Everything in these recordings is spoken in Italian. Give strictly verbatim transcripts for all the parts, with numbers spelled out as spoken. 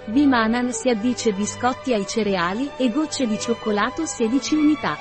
Bimanan si addice biscotti ai cereali e gocce di cioccolato sedici unità.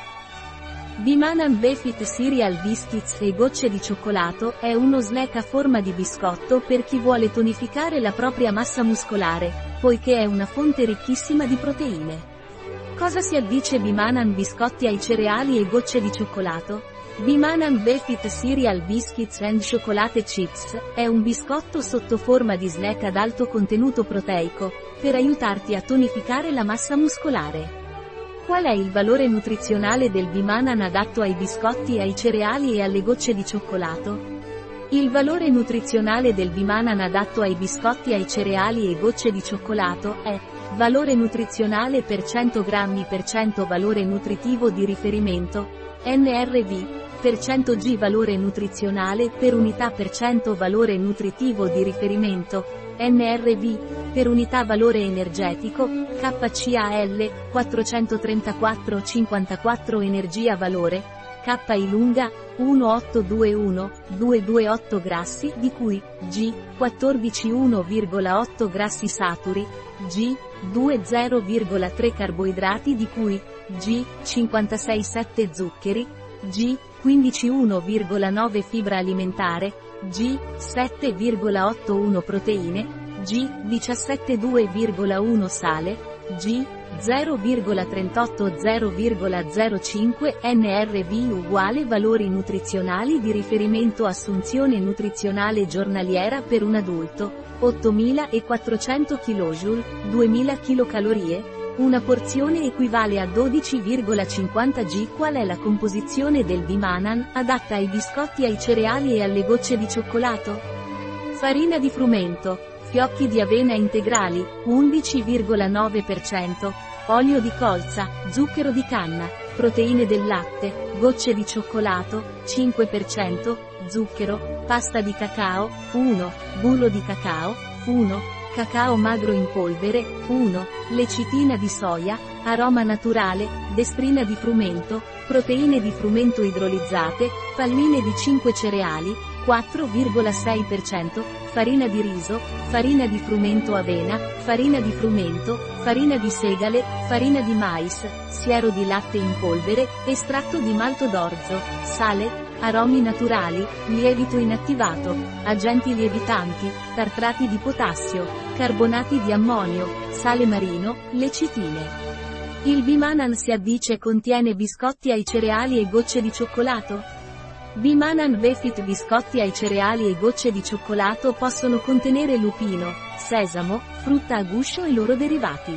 Bimanan Befit Cereal Biscuits e gocce di cioccolato è uno snack a forma di biscotto per chi vuole tonificare la propria massa muscolare, poiché è una fonte ricchissima di proteine. Cosa si addice Bimanan biscotti ai cereali e gocce di cioccolato? Bimanan Befit Cereal Biscuits and Chocolate Chips è un biscotto sotto forma di snack ad alto contenuto proteico, per aiutarti a tonificare la massa muscolare. Qual è il valore nutrizionale del Bimanan adatto ai biscotti, ai cereali e alle gocce di cioccolato? Il valore nutrizionale del Bimanan adatto ai biscotti, ai cereali e gocce di cioccolato è: valore nutrizionale per cento grammi per cento valore nutritivo di riferimento, N R V, per cento G valore nutrizionale per unità per cento valore nutritivo di riferimento, N R V, per unità valore energetico, K C A L, quattrocentotrentaquattro cinquantaquattro energia valore, K I lunga, milleottocentodventuno, duecentoventotto grassi, di cui, G, quattordici uno virgola otto grassi saturi, G, venti virgola tre carboidrati di cui, G, cinquantasei virgola sette zuccheri, G, quindici uno virgola nove fibra alimentare, G, sette virgola ottantuno proteine, G, diciassettodue virgola uno sale, G, zero virgola trentotto zero virgola zero cinque N R V uguale valori nutrizionali di riferimento assunzione nutrizionale giornaliera per un adulto, ottomilaquattrocento chilojoule, duemila chilocalorie, una porzione equivale a dodici virgola cinquanta G. Qual è la composizione del Bimanan, adatta ai biscotti, ai cereali e alle gocce di cioccolato? Farina di frumento, fiocchi di avena integrali, undici virgola nove per cento, olio di colza, zucchero di canna, proteine del latte, gocce di cioccolato, cinque per cento, zucchero, pasta di cacao, uno, burro di cacao, uno, cacao magro in polvere, uno, lecitina di soia, aroma naturale, destrina di frumento, proteine di frumento idrolizzate, palline di cinque cereali, quattro virgola sei per cento, farina di riso, farina di frumento avena, farina di frumento, farina di segale, farina di mais, siero di latte in polvere, estratto di malto d'orzo, sale, aromi naturali, lievito inattivato, agenti lievitanti, tartrati di potassio, carbonati di ammonio, sale marino, lecitine. Il Bimanan si addice contiene biscotti ai cereali e gocce di cioccolato? Bimanan Befit biscotti ai cereali e gocce di cioccolato possono contenere lupino, sesamo, frutta a guscio e loro derivati.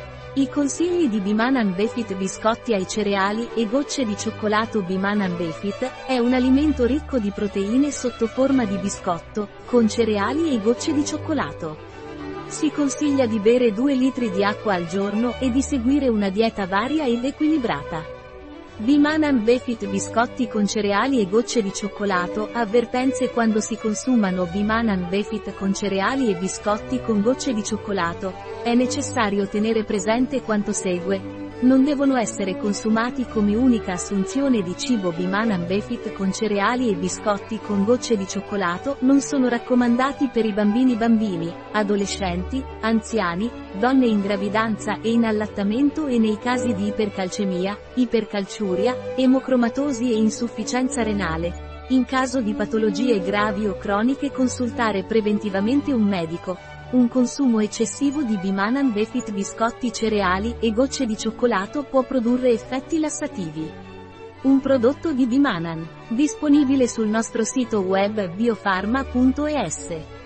I consigli di Bimanan Befit biscotti ai cereali e gocce di cioccolato. Bimanan Befit è un alimento ricco di proteine sotto forma di biscotto, con cereali e gocce di cioccolato. Si consiglia di bere due litri di acqua al giorno e di seguire una dieta varia ed equilibrata. Bimanan Befit biscotti con cereali e gocce di cioccolato. Avvertenze quando si consumano Bimanan Befit con cereali e biscotti con gocce di cioccolato. È necessario tenere presente quanto segue. Non devono essere consumati come unica assunzione di cibo. Bimanan Befit con cereali e biscotti con gocce di cioccolato non sono raccomandati per i bambini, bambini, adolescenti, anziani, donne in gravidanza e in allattamento e nei casi di ipercalcemia, ipercalciuria, emocromatosi e insufficienza renale. In caso di patologie gravi o croniche consultare preventivamente un medico. Un consumo eccessivo di Bimanan Befit biscotti, cereali e gocce di cioccolato può produrre effetti lassativi. Un prodotto di Bimanan, disponibile sul nostro sito web biofarma punto es.